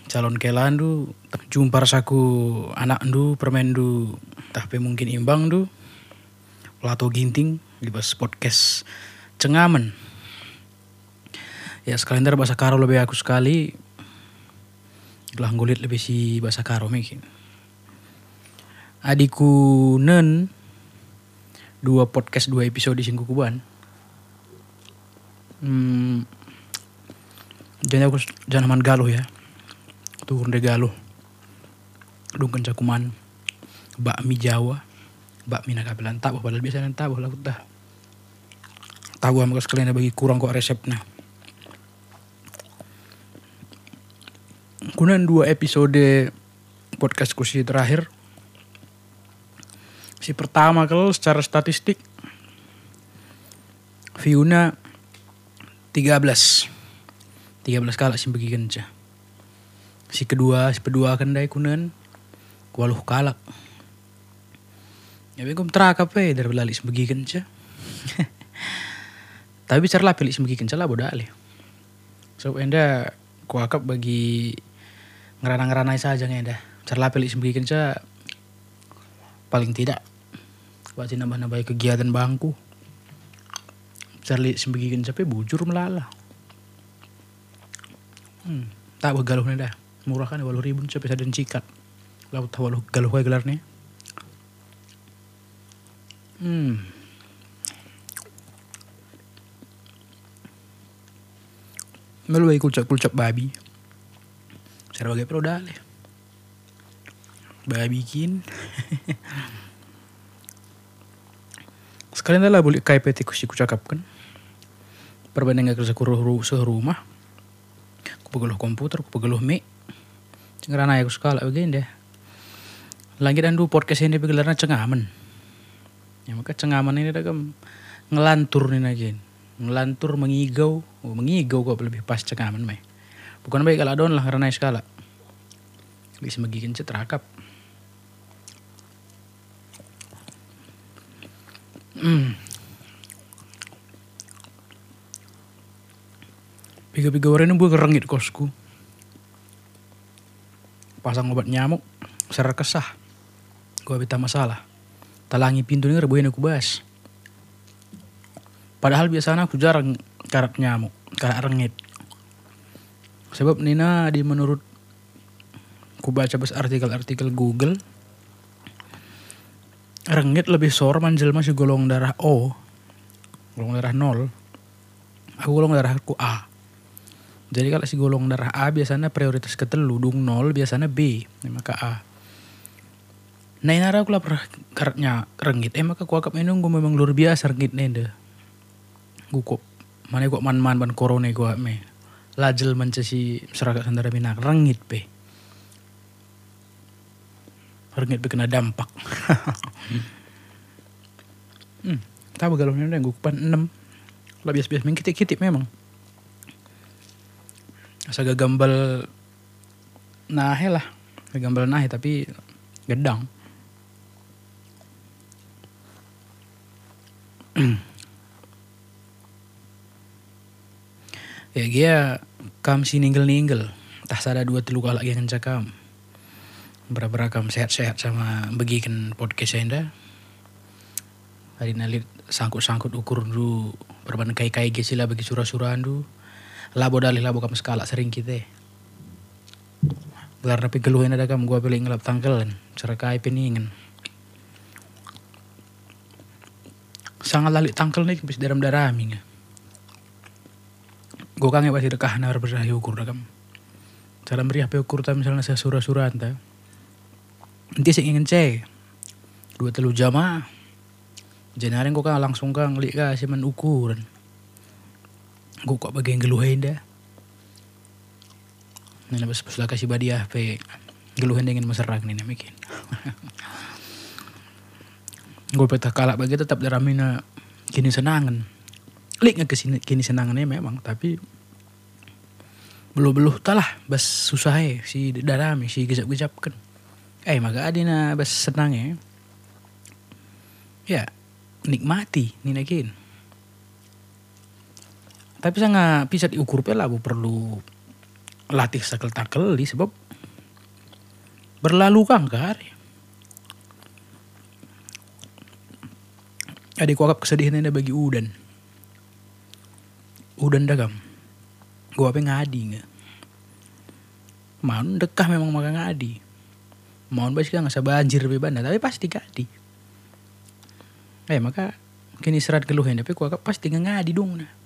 calon kelan du jumpa rasaku anak du permen du tapi mungkin imbang du lato ginting di bas podcast cengamen. Ya sekalian bahasa karo lebih aku sekali gelah ngulit lebih si bahasa karo mungkin. Adikku nen 2 podcast 2 episode singgu kuban. Jadi aku jangan galuh ya. Turun de galuh. Dungken cakuman bakmi Jawa. Bakmi nak kabelan tabuh padahal biasanya tabuh lah tah. Tahu sama sekalian bagi kurang kok resepnya. Kunan 2 episode podcast kursi terakhir. Si pertama kalau secara statistik view-nya 13 kali sih bagikan aja. Si kedua kan dai kunan 8 kalak. Ya begum terakap dari belali sebagikan aja. Tapi bicara lah pilih sebagikan aja lah bodoh alih. So enda kuakap bagi ngerana-ngeranai saja enda. Bicara lah pilih sebagikan aja paling tidak buat nambah-nambah kegiatan bangku. Bicara li sebagikan sampai bujur melala. Tak galuhnya dah. Murah kan 8.000 sampai sadar cikat. Lalu tahu galuh gelarnya. Meluai kulcap babi. Saya bagai produk le. Babi bikin. Sekalian lah boleh KPT ku cakap kan. Perbandingan kerja serumah. Ku pegeluh komputer, ku pegeluh mic. Cengerana aku sekali begini deh. Lagi dan podcast ini begelarnya cengamen. Ya maka cengamen ini dah ngelantur nih lagi. Ngelantur mengigau kok lebih pas cengamen mah. Bukan baik kalau adon lah karena skala. Bisa magikin terakap. Piga-piga orang ini gue kerengit kosku. Pasang obat nyamuk, serar kesah. Gue beta masalah. Talangi pintu ini rebuhin aku bahas. Padahal biasanya aku jarang karat nyamuk, karat rengit. Sebab Nina di menurut ku baca bes artikel Google, rengit lebih sor manjel masih golong darah O, golong darah 0. Aku golong darahku A. Jadi kalau si golong darah A biasanya prioritas ketelu, dung 0 biasanya B, maka A. Nah ini aku lah pernah karatnya rengit, maka kuakap ini gue memang luar biasa rengit nenda. Gue kok, mana gue man ban corona gue me. Lajel mencesi seragat sandara minak, rengit pe. Rengit be kena dampak. Tahu galuhnya udah gue kupan 6. Lah biasa-biasa main kitip-kitip memang. Asa gambal nahe lah. Gambal nahe tapi gedang. Ya dia kam si ninggel. Tah sada 2-3 kali yang cakam. Berapa kam sehat-sehat sama bagikan podcast enda. Hari nalit sangkut-sangkut ukur dulu berban kai-kai gesila bagi surah-surahan dulu. Labo dalih labo kam skala sering kita. Belar tapi geluhin ada kam gua pilih ngelap tangkelan. Cara kai peningin. Sangat lalik tangkel nih bis dalam darami nga. Gua kangen pasti dekah na berberahi ukur dah kam. Cara meriah pe ukur ta misalnya saya surah-surahan ta. Nanti saya ingin cek 2-3 jam Janarin gua kan langsung kan ngeli ka si men ukuran. Gue kok bagian geluhin dah. Nah pas lah kasih badiah pe geluhin dengan masyarakat ini mungkin. Gue petah kalak bagi tetap daramina kini senangan. Klik nggak kesini kini senangannya memang tapi beluh talah bas susah si darami si gejap-gejap kan. Maka adina bas senangnya. Ya nikmati ninakin. Tapi sangat bisa diukur pela perlu latih sakel takel di sebab berlalu kang kari. Adik kuakap kesedihan ini bagi udan. Udan dagam. Gua apa ngadi nggak? Mau dekah memang makan ngadi. Mau basi nggak usah banjir bebanda tapi pasti ngadi. Maka kini serat keluhan tapi kuakap pasti ngadi dong nah.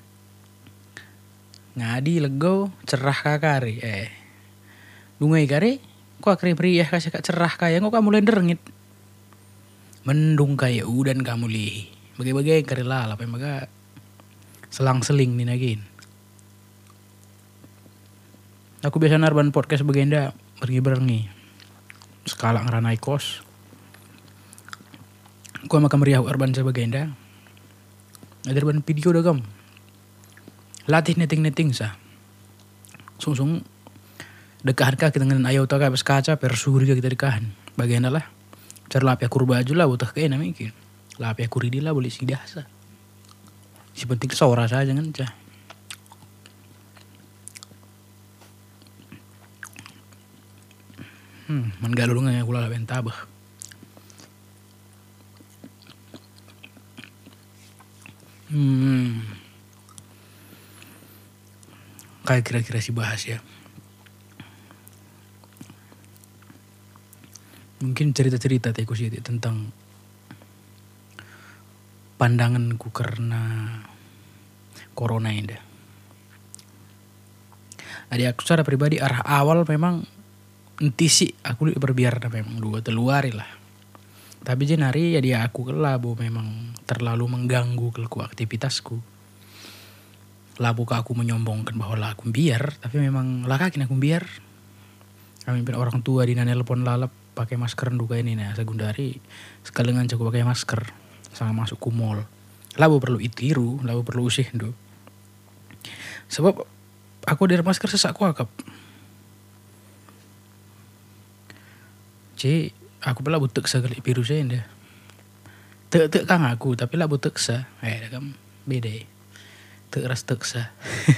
Ngadi lego cerah kakari dungai kari kok kari priah kasih kak cerah kaya kok kamu lender ngit mendung kaya udan kamu lihi bagai-bagai kari lalap maka selang-seling nih nagin aku biasa narban podcast bagenda pergi-berengi skala ngeranai kos aku makan meriah urban sebagenda ada ban video dagam latih netting sah. Sung dekahan kah kita dengan ayau tak habis kaca persuri kita dekahan. Bagian lah. Cara lapia kurba aja lah butuh kayak namanya. Lapia kuridi lah boleh sidah sah. Si penting sora saja kan cah. Mangga dulu nggak kula laben tabah. Kayak kira-kira sih bahas ya. Mungkin cerita-cerita teku sih tentang pandanganku karena corona ini. Ada aku secara pribadi arah awal memang enti sih aku berbiar memang dua teluari lah. Tapi jenari ya dia aku kelabu memang terlalu mengganggu ke aktivitasku. Labu ke aku menyombongkan bahwa lah aku biar, tapi memang lah kakin aku biar. Kami orang tua di nelpon lalap pakai masker duka ini nah segundari sekali dengan cukup pakai masker sama masuk ke mall. Labu perlu itiru, labu perlu usih do. Sebab aku dari masker sesak kuakap. Aku pula butek sekali virusnya indah. Tek kang aku tapi lah butek sa. Kan beda. Teras teksa.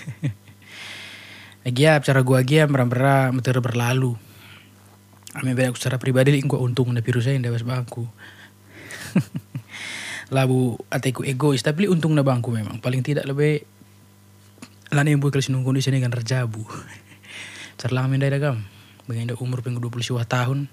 Lagi ya cara gua lagi ya merah berlalu. Ame beda aku secara pribadi gua untung na virusnya indah pas bangku. Labu ateku egois tapi untung na bangku memang paling tidak lebih lani yang buat kalau sinung kondisi ini kan terjabu. Cerlang mendai dagam. Bagaimana umur pengen 20 tahun.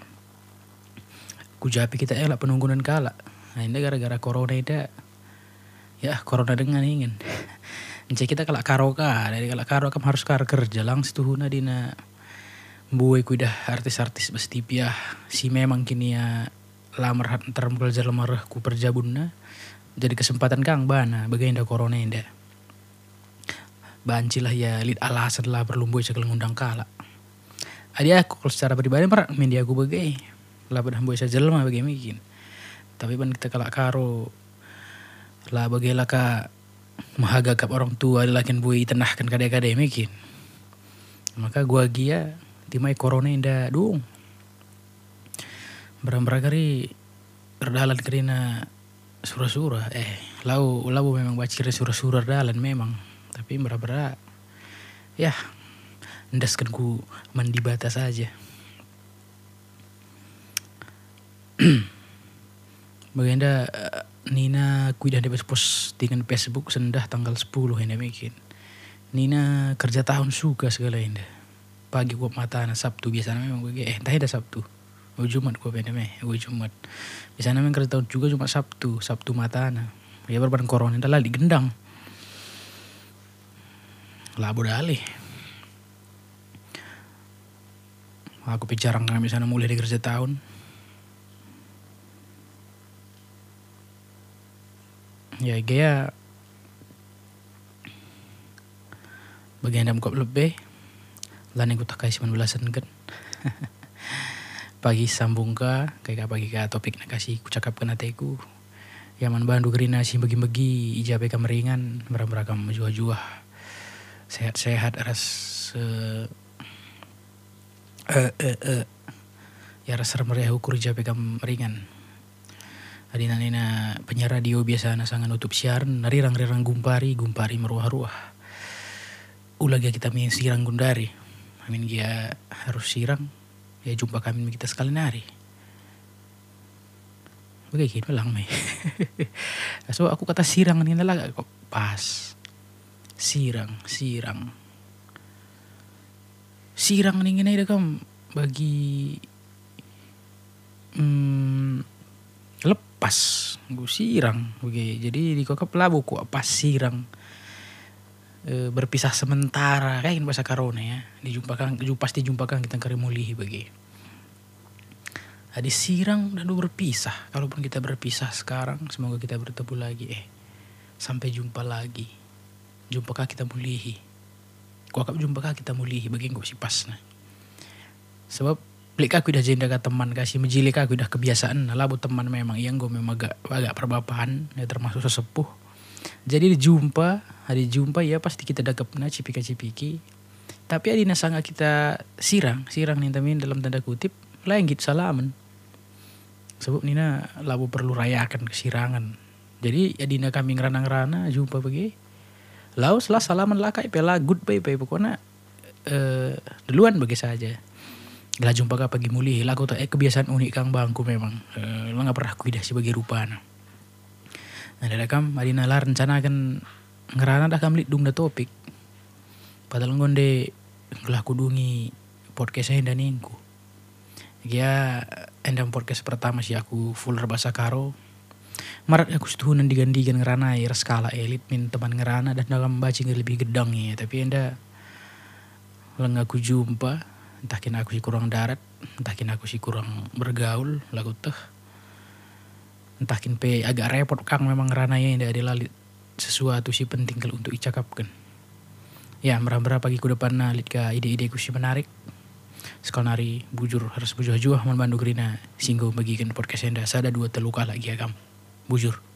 Ku japi kita elak penunggunan kala. Nah ini gara-gara corona itu. Ya corona dengan ingin. Encik kita kalak karoka. Dari kalak karoka harus kerja langsung tuhuna dina. Buai kudah artis-artis bestipia. Si memang kini ya lamar antar belajar lemar ku perjabunna. Jadi kesempatan kang bana. Bagaimana corona ini. Banci lah ya lid alasan lah perlu buai sekali ngundang kala. Adi aku kalau secara pribadi merak media aku bagai. Lah pada buai saja lemah bagaimana mungkin. Tapi ban kita kalak karo. Lah bagailah ka mahagagap orang tua lakin bui tenahkan kadai-kadai mungkin. Maka gua gia timai corona indah dong. Beramberakari berdalan kerina surah-surah. Lau memang bacir surah-surah dalan memang. Tapi berak ya ndaskan ku mandi batas saja. Bagaimana Nina kuidah di postingan Facebook sendah tanggal 10 ini bikin. Nina kerja tahun suka segala ini. Pagi gua mata Sabtu biasanya memang gue entah ada Sabtu. Jumat gua pengen Jumat. Biasanya memang kerja tahun juga cuma Sabtu mata ya berban corona dah lali gendang. Labu dalih. Aku pijarang kami sana mulai di kerja tahun. Ya gaya bagian dalam kop lebih lan yang tak kasih 19an kan. Pagi sambung kayak pagi topik nak kasih ku cakapkan ateku. Yaman bandu gerina sih bagi-bagi ijabe kameringan berakam juah-juah. Sehat-sehat ras ya ras meriah ukur ijabe kameringan. Adina nina penyiar radio biasa na sangat nutup siaran narirang-rirang gumpari meruah-ruah. ulah kita main sirang gundari. Amin dia harus sirang. Ya jumpa kami kita sekali nari. Begitu lang may. So aku kata sirang ni nalaga kok pas. Sirang. Sirang ni ginay kam bagi lepas gue sirang bagi. Jadi di kokap labu ku apa sirang berpisah sementara kayak bahasa karone ya. Pasti jumpakan kita karimulihi bagi. Adi sirang dan berpisah. Kalaupun kita berpisah sekarang, semoga kita bertemu lagi. Sampai jumpa lagi. Jumpakah kita mulihi. Kuakap jumpakah kita mulihi. Bagi gue si pas. Nah. Sebab pelik aku dah jenda ke teman. Kasih menjilik aku dah kebiasaan. Lah bu teman memang. Yang gue memang agak perbapahan. Ya termasuk sesepuh. Jadi hari jumpa ya pasti kita dagap na cipika-cipiki. Tapi adina sangat kita sirang nih temin dalam tanda kutip. Lain gitu salaman. Sebab nina labu perlu rayakan kesirangan. Jadi adina kami ngerana jumpa bagi. Lalu setelah salaman lah kayak pela goodbye pokoknya duluan bagi saja. Lah jumpa ka pagi muli. Laku tak kebiasaan unik kang bangku memang. Lo nggak pernah kuidah sebagai rupa. Nah ada kam adina lah rencana kan ngerana dah kam lidung da topik. Padahal ngonde gelah kudungi podcastnya dan ingku. Ya endam podcast pertama sih aku full bahasa karo. Marat aku setuhunan digandikan ngerana ya skala elit min teman ngerana dan dalam baca lebih gedang ya. Tapi enda lang aku jumpa entah kena aku sih kurang darat, entah kena aku sih kurang bergaul lagu teh. Entah kin pe agak repot kang memang ngerana ya enda ada lalit sesuatu sih penting kalau untuk dicakapkan. Ya merah-merah pagi ku depan nalit ka ide-ide ku sih menarik. Sekalari bujur harus bujur juah membantu gerina singgo bagikan podcast enda sada 2 teluka lagi ya kam bujur.